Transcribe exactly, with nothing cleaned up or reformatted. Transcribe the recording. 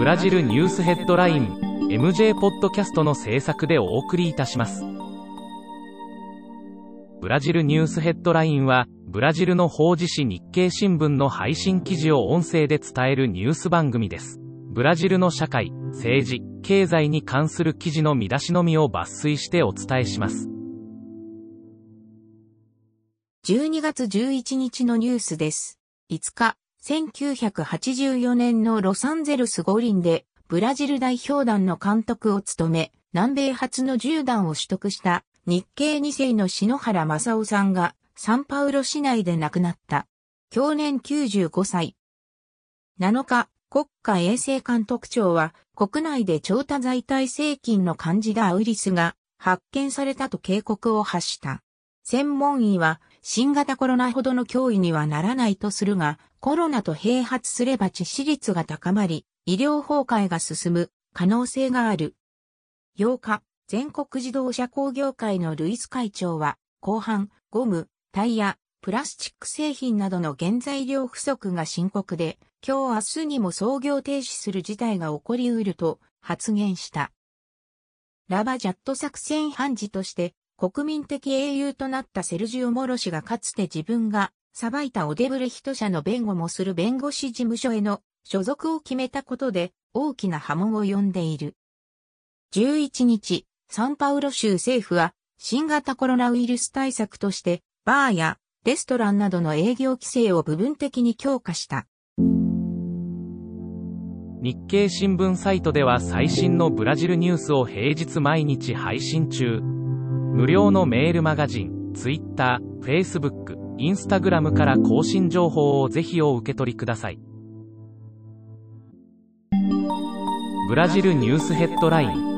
ブラジルニュースヘッドライン エムジェー ポッドキャストの制作でお送りいたします。ブラジルニュースヘッドラインは、ブラジルの法事紙日経新聞の配信記事を音声で伝えるニュース番組です。ブラジルの社会、政治、経済に関する記事の見出しのみを抜粋してお伝えします。 じゅうにがつじゅういちにちのニュースです。いつか、せんきゅうひゃくはちじゅうよねんのロサンゼルス五輪でブラジル代表団の監督を務め、南米初のじゅうだんを取得した日系にせいの篠原正夫さんがサンパウロ市内で亡くなった。享年きゅうじゅうごさい。なのか、国家衛生監督庁は国内で超多剤耐性菌のカンジダウイルスが発見されたと警告を発した。専門医は新型コロナほどの脅威にはならないとするが、コロナと併発すれば致死率が高まり、医療崩壊が進む可能性がある。ようか、全国自動車工業会のルイス会長は、鋼板、ゴム、タイヤ、プラスチック製品などの原材料不足が深刻で、今日明日にも操業停止する事態が起こりうると発言した。ラバジャット作戦判事として国民的英雄となったセルジオ・モロ氏がかつて自分が裁いたオデブレヒト社の弁護もする弁護士事務所への所属を決めたことで大きな波紋を呼んでいる。じゅういちにち、サンパウロ州政府は新型コロナウイルス対策としてバーやレストランなどの営業規制を部分的に強化した。 日経新聞サイトでは最新のブラジルニュースを平日毎日配信中。無料のメールマガジン、Twitter、Facebook、Instagram から更新情報をぜひお受け取りください。ブラジルニュースヘッドライン